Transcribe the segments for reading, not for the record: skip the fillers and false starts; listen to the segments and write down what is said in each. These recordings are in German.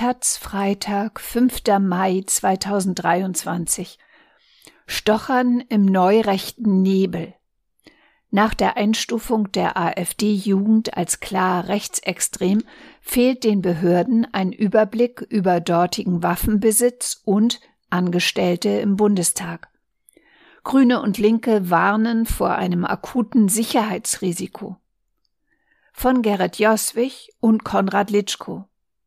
taz, Freitag, 5. Mai 2023. Stochern im neurechten Nebel. Nach der Einstufung der AfD-Jugend als klar rechtsextrem fehlt den Behörden ein Überblick über dortigen Waffenbesitz und Angestellte im Bundestag. Grüne und Linke warnen vor einem akuten Sicherheitsrisiko. Von Gerrit Joswig und Konrad Litschko.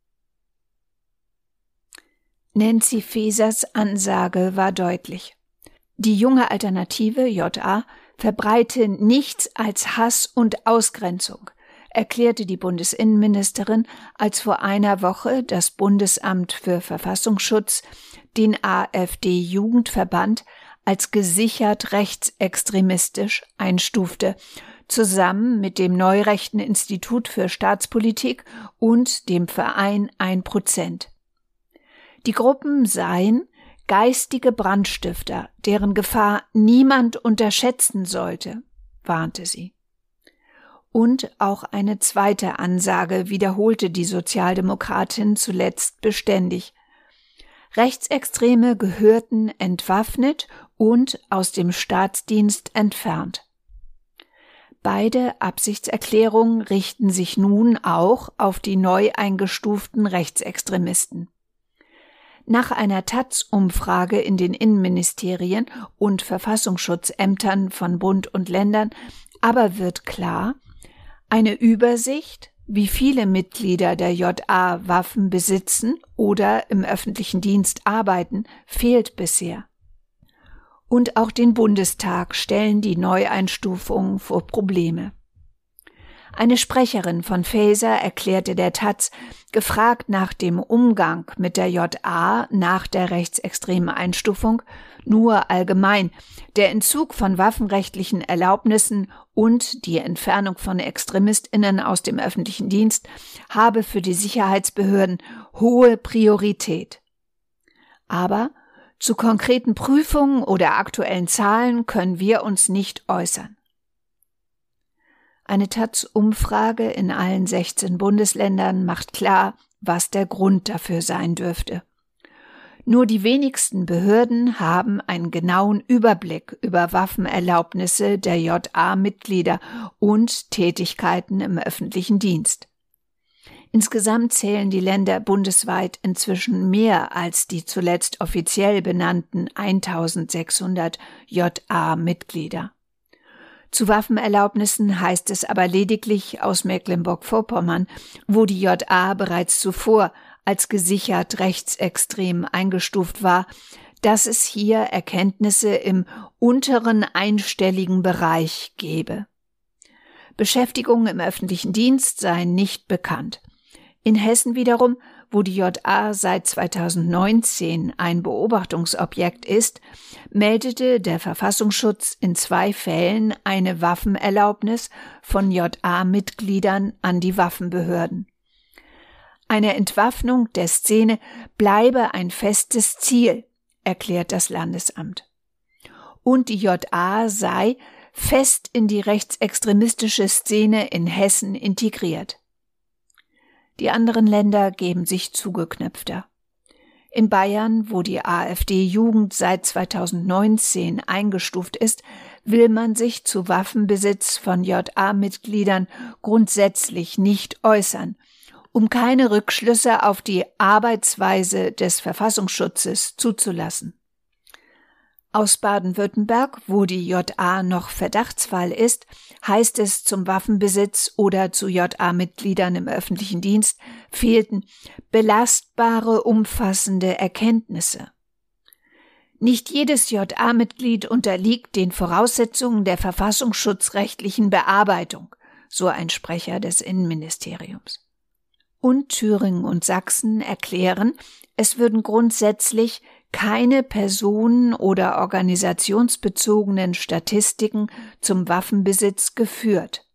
Nancy Fasers Ansage war deutlich. Die junge Alternative, JA, verbreite nichts als Hass und Ausgrenzung, erklärte die Bundesinnenministerin, als vor einer Woche das Bundesamt für Verfassungsschutz den AfD-Jugendverband als gesichert rechtsextremistisch einstufte, zusammen mit dem Neurechten Institut für Staatspolitik und dem Verein 1%. Die Gruppen seien geistige Brandstifter, deren Gefahr niemand unterschätzen sollte, warnte sie. Und auch eine zweite Ansage wiederholte die Sozialdemokratin zuletzt beständig. Rechtsextreme gehörten entwaffnet und aus dem Staatsdienst entfernt. Beide Absichtserklärungen richten sich nun auch auf die neu eingestuften Rechtsextremisten. Nach einer taz-Umfrage in den Innenministerien und Verfassungsschutzämtern von Bund und Ländern aber wird klar, eine Übersicht, wie viele Mitglieder der JA Waffen besitzen oder im öffentlichen Dienst arbeiten, fehlt bisher. Und auch den Bundestag stellen die Neueinstufungen vor Probleme. Eine Sprecherin von Faeser erklärte der taz, gefragt nach dem Umgang mit der JA nach der rechtsextremen Einstufung, nur allgemein, der Entzug von waffenrechtlichen Erlaubnissen und die Entfernung von ExtremistInnen aus dem öffentlichen Dienst habe für die Sicherheitsbehörden hohe Priorität. Aber zu konkreten Prüfungen oder aktuellen Zahlen können wir uns nicht äußern. Eine taz-Umfrage in allen 16 Bundesländern macht klar, was der Grund dafür sein dürfte. Nur die wenigsten Behörden haben einen genauen Überblick über Waffenerlaubnisse der JA-Mitglieder und Tätigkeiten im öffentlichen Dienst. Insgesamt zählen die Länder bundesweit inzwischen mehr als die zuletzt offiziell benannten 1600 JA-Mitglieder. Zu Waffenerlaubnissen heißt es aber lediglich aus Mecklenburg-Vorpommern, wo die JA bereits zuvor als gesichert rechtsextrem eingestuft war, dass es hier Erkenntnisse im unteren einstelligen Bereich gebe. Beschäftigungen im öffentlichen Dienst seien nicht bekannt. In Hessen wiederum, wo die JA seit 2019 ein Beobachtungsobjekt ist, meldete der Verfassungsschutz in 2 Fällen eine Waffenerlaubnis von JA-Mitgliedern an die Waffenbehörden. Eine Entwaffnung der Szene bleibe ein festes Ziel, erklärt das Landesamt. Und die JA sei fest in die rechtsextremistische Szene in Hessen integriert. Die anderen Länder geben sich zugeknöpfter. In Bayern, wo die AfD-Jugend seit 2019 eingestuft ist, will man sich zu Waffenbesitz von JA-Mitgliedern grundsätzlich nicht äußern, um keine Rückschlüsse auf die Arbeitsweise des Verfassungsschutzes zuzulassen. Aus Baden-Württemberg, wo die JA noch Verdachtsfall ist, heißt es zum Waffenbesitz oder zu JA-Mitgliedern im öffentlichen Dienst fehlten belastbare, umfassende Erkenntnisse. Nicht jedes JA-Mitglied unterliegt den Voraussetzungen der verfassungsschutzrechtlichen Bearbeitung, so ein Sprecher des Innenministeriums. Und Thüringen und Sachsen erklären, es würden grundsätzlich keine personen- oder organisationsbezogenen Statistiken zum Waffenbesitz geführt.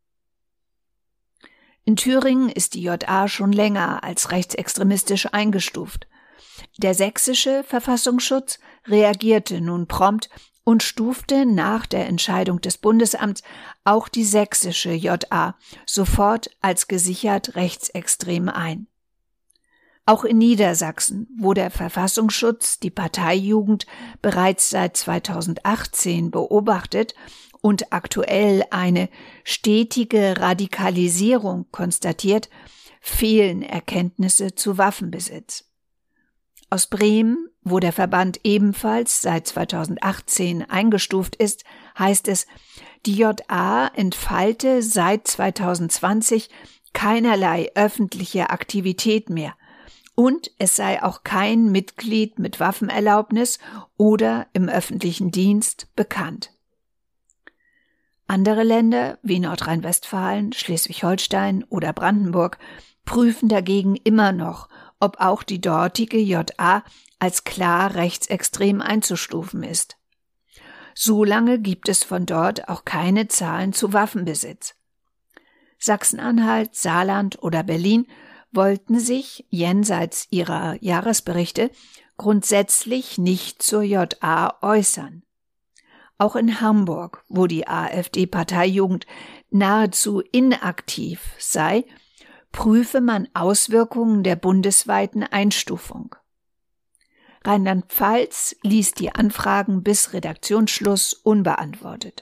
In Thüringen ist die JA schon länger als rechtsextremistisch eingestuft. Der sächsische Verfassungsschutz reagierte nun prompt und stufte nach der Entscheidung des Bundesamts auch die sächsische JA sofort als gesichert rechtsextrem ein. Auch in Niedersachsen, wo der Verfassungsschutz die Parteijugend bereits seit 2018 beobachtet und aktuell eine stetige Radikalisierung konstatiert, fehlen Erkenntnisse zu Waffenbesitz. Aus Bremen, wo der Verband ebenfalls seit 2018 eingestuft ist, heißt es, die JA entfalte seit 2020 keinerlei öffentliche Aktivität mehr und es sei auch kein Mitglied mit Waffenerlaubnis oder im öffentlichen Dienst bekannt. Andere Länder wie Nordrhein-Westfalen, Schleswig-Holstein oder Brandenburg prüfen dagegen immer noch, ob auch die dortige JA als klar rechtsextrem einzustufen ist. Solange gibt es von dort auch keine Zahlen zu Waffenbesitz. Sachsen-Anhalt, Saarland oder Berlin wollten sich jenseits ihrer Jahresberichte grundsätzlich nicht zur JA äußern. Auch in Hamburg, wo die AfD-Parteijugend nahezu inaktiv sei, prüfe man Auswirkungen der bundesweiten Einstufung. Rheinland-Pfalz ließ die Anfragen bis Redaktionsschluss unbeantwortet.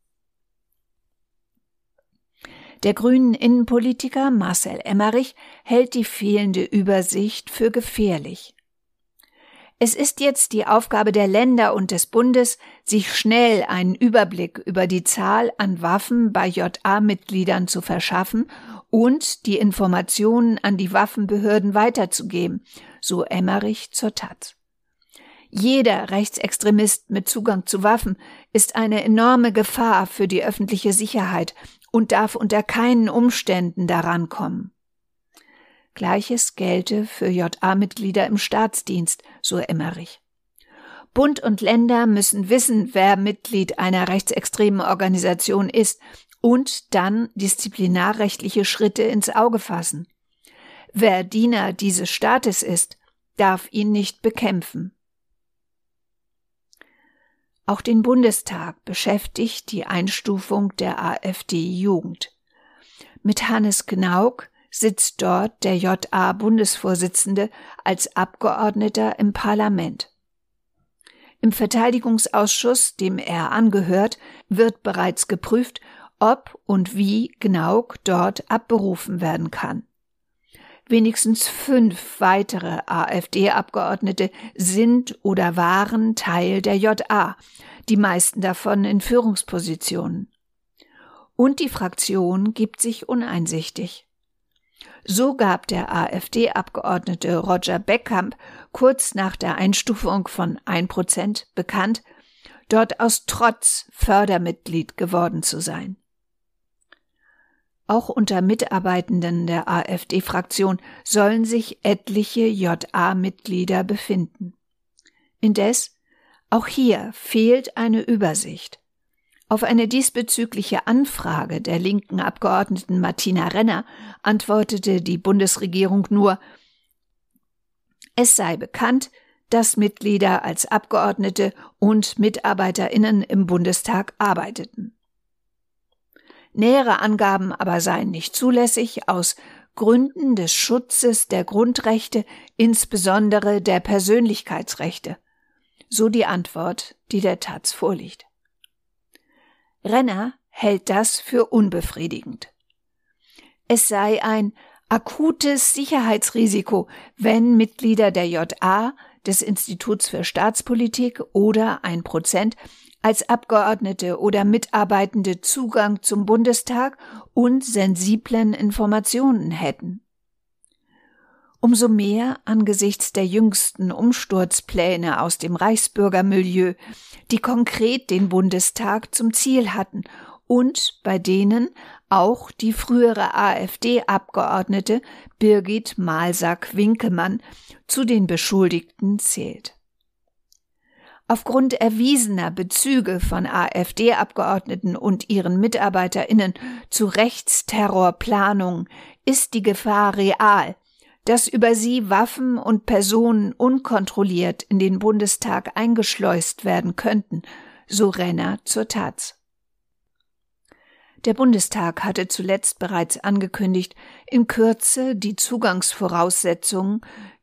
Der grünen Innenpolitiker Marcel Emmerich hält die fehlende Übersicht für gefährlich. Es ist jetzt die Aufgabe der Länder und des Bundes, sich schnell einen Überblick über die Zahl an Waffen bei JA-Mitgliedern zu verschaffen und die Informationen an die Waffenbehörden weiterzugeben, so Emmerich zur taz. Jeder Rechtsextremist mit Zugang zu Waffen ist eine enorme Gefahr für die öffentliche Sicherheit und darf unter keinen Umständen daran kommen. Gleiches gelte für JA-Mitglieder im Staatsdienst, so Emmerich. Bund und Länder müssen wissen, wer Mitglied einer rechtsextremen Organisation ist und dann disziplinarrechtliche Schritte ins Auge fassen. Wer Diener dieses Staates ist, darf ihn nicht bekämpfen. Auch den Bundestag beschäftigt die Einstufung der AfD-Jugend. Mit Hannes Knauk sitzt dort der JA-Bundesvorsitzende als Abgeordneter im Parlament. Im Verteidigungsausschuss, dem er angehört, wird bereits geprüft, ob und wie Knauk dort abberufen werden kann. Wenigstens 5 weitere AfD-Abgeordnete sind oder waren Teil der JA, die meisten davon in Führungspositionen. Und die Fraktion gibt sich uneinsichtig. So gab der AfD-Abgeordnete Roger Beckkamp kurz nach der Einstufung von 1% bekannt, dort aus Trotz Fördermitglied geworden zu sein. Auch unter Mitarbeitenden der AfD-Fraktion sollen sich etliche JA-Mitglieder befinden. Indes, auch hier fehlt eine Übersicht. Auf eine diesbezügliche Anfrage der linken Abgeordneten Martina Renner antwortete die Bundesregierung nur: Es sei bekannt, dass Mitglieder als Abgeordnete und MitarbeiterInnen im Bundestag arbeiteten. Nähere Angaben aber seien nicht zulässig aus Gründen des Schutzes der Grundrechte, insbesondere der Persönlichkeitsrechte. So die Antwort, die der taz vorliegt. Renner hält das für unbefriedigend. Es sei ein akutes Sicherheitsrisiko, wenn Mitglieder der JA, des Instituts für Staatspolitik oder 1% als Abgeordnete oder Mitarbeitende Zugang zum Bundestag und sensiblen Informationen hätten. Umso mehr angesichts der jüngsten Umsturzpläne aus dem Reichsbürgermilieu, die konkret den Bundestag zum Ziel hatten und bei denen auch die frühere AfD-Abgeordnete Birgit Malsack-Winkemann zu den Beschuldigten zählt. Aufgrund erwiesener Bezüge von AfD-Abgeordneten und ihren MitarbeiterInnen zu Rechtsterrorplanungen ist die Gefahr real, dass über sie Waffen und Personen unkontrolliert in den Bundestag eingeschleust werden könnten, so Renner zur taz. Der Bundestag hatte zuletzt bereits angekündigt, in Kürze die Zugangsvoraussetzungen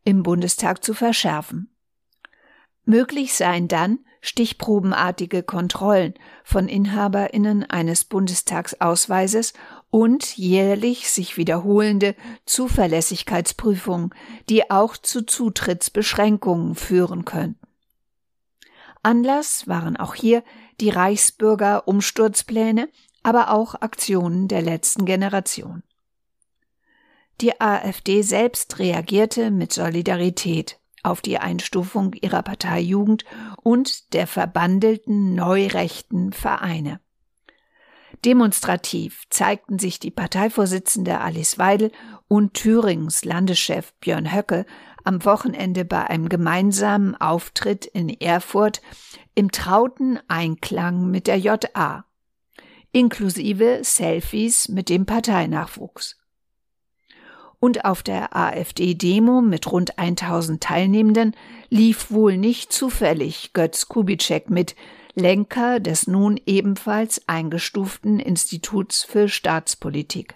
im Bundestag zu verschärfen. Möglich seien dann stichprobenartige Kontrollen von InhaberInnen eines Bundestagsausweises und jährlich sich wiederholende Zuverlässigkeitsprüfungen, die auch zu Zutrittsbeschränkungen führen könnten. Anlass waren auch hier die Reichsbürger-Umsturzpläne, aber auch Aktionen der letzten Generation. Die AfD selbst reagierte mit Solidarität auf die Einstufung ihrer Parteijugend und der verbandelten neurechten Vereine. Demonstrativ zeigten sich die Parteivorsitzende Alice Weidel und Thüringens Landeschef Björn Höcke am Wochenende bei einem gemeinsamen Auftritt in Erfurt im trauten Einklang mit der JA, inklusive Selfies mit dem Parteinachwuchs. Und auf der AfD-Demo mit rund 1000 Teilnehmenden lief wohl nicht zufällig Götz Kubitschek mit, Lenker des nun ebenfalls eingestuften Instituts für Staatspolitik.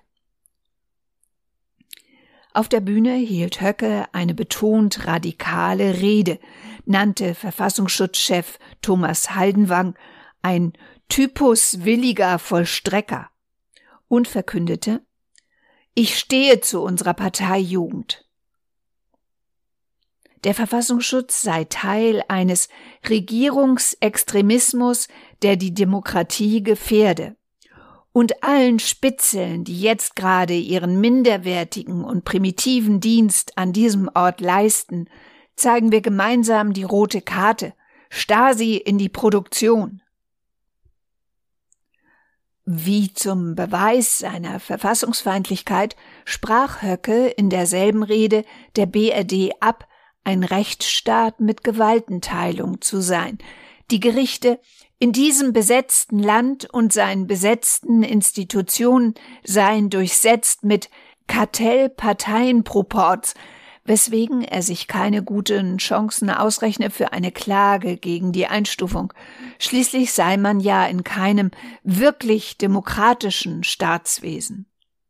Auf der Bühne hielt Höcke eine betont radikale Rede, nannte Verfassungsschutzchef Thomas Haldenwang ein Typus williger Vollstrecker und verkündete: Ich stehe zu unserer Parteijugend. Der Verfassungsschutz sei Teil eines Regierungsextremismus, der die Demokratie gefährde. Und allen Spitzeln, die jetzt gerade ihren minderwertigen und primitiven Dienst an diesem Ort leisten, zeigen wir gemeinsam die rote Karte, Stasi in die Produktion. Wie zum Beweis seiner Verfassungsfeindlichkeit sprach Höcke in derselben Rede der BRD ab, ein Rechtsstaat mit Gewaltenteilung zu sein, die Gerichte in diesem besetzten Land und seinen besetzten Institutionen seien durchsetzt mit Kartellparteienproports, weswegen er sich keine guten Chancen ausrechne für eine Klage gegen die Einstufung. Schließlich sei man ja in keinem wirklich demokratischen Staatswesen.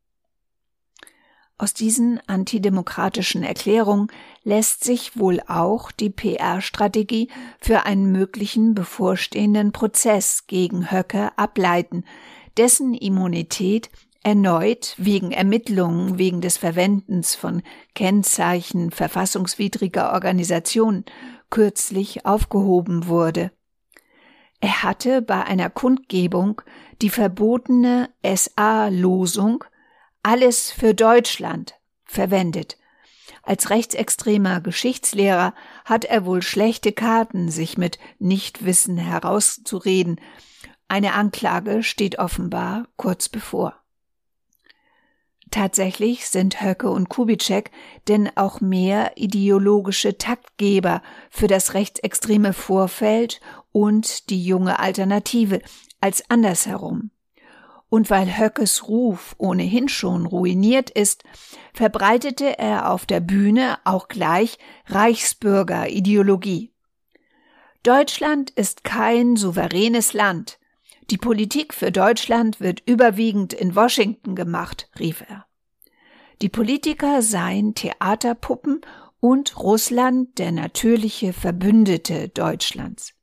Aus diesen antidemokratischen Erklärungen lässt sich wohl auch die PR-Strategie für einen möglichen bevorstehenden Prozess gegen Höcke ableiten, dessen Immunität erneut wegen Ermittlungen wegen des Verwendens von Kennzeichen verfassungswidriger Organisationen kürzlich aufgehoben wurde. Er hatte bei einer Kundgebung die verbotene SA-Losung Alles für Deutschland verwendet. Als rechtsextremer Geschichtslehrer hat er wohl schlechte Karten, sich mit Nichtwissen herauszureden. Eine Anklage steht offenbar kurz bevor. Tatsächlich sind Höcke und Kubitschek denn auch mehr ideologische Taktgeber für das rechtsextreme Vorfeld und die junge Alternative als andersherum. Und weil Höckes Ruf ohnehin schon ruiniert ist, verbreitete er auf der Bühne auch gleich Reichsbürgerideologie. Deutschland ist kein souveränes Land. Die Politik für Deutschland wird überwiegend in Washington gemacht, rief er. Die Politiker seien Theaterpuppen und Russland der natürliche Verbündete Deutschlands.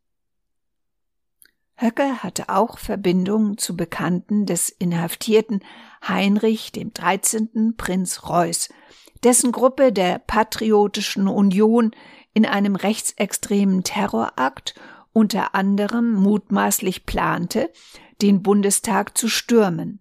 Höcke hatte auch Verbindungen zu Bekannten des inhaftierten Heinrich XIII. Prinz Reuß, dessen Gruppe der Patriotischen Union in einem rechtsextremen Terrorakt unter anderem mutmaßlich plante, den Bundestag zu stürmen.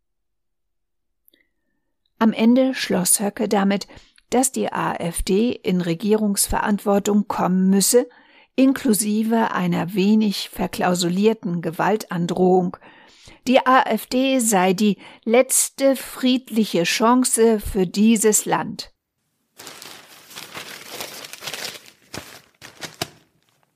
Am Ende schloss Höcke damit, dass die AfD in Regierungsverantwortung kommen müsse, inklusive einer wenig verklausulierten Gewaltandrohung. Die AfD sei die letzte friedliche Chance für dieses Land.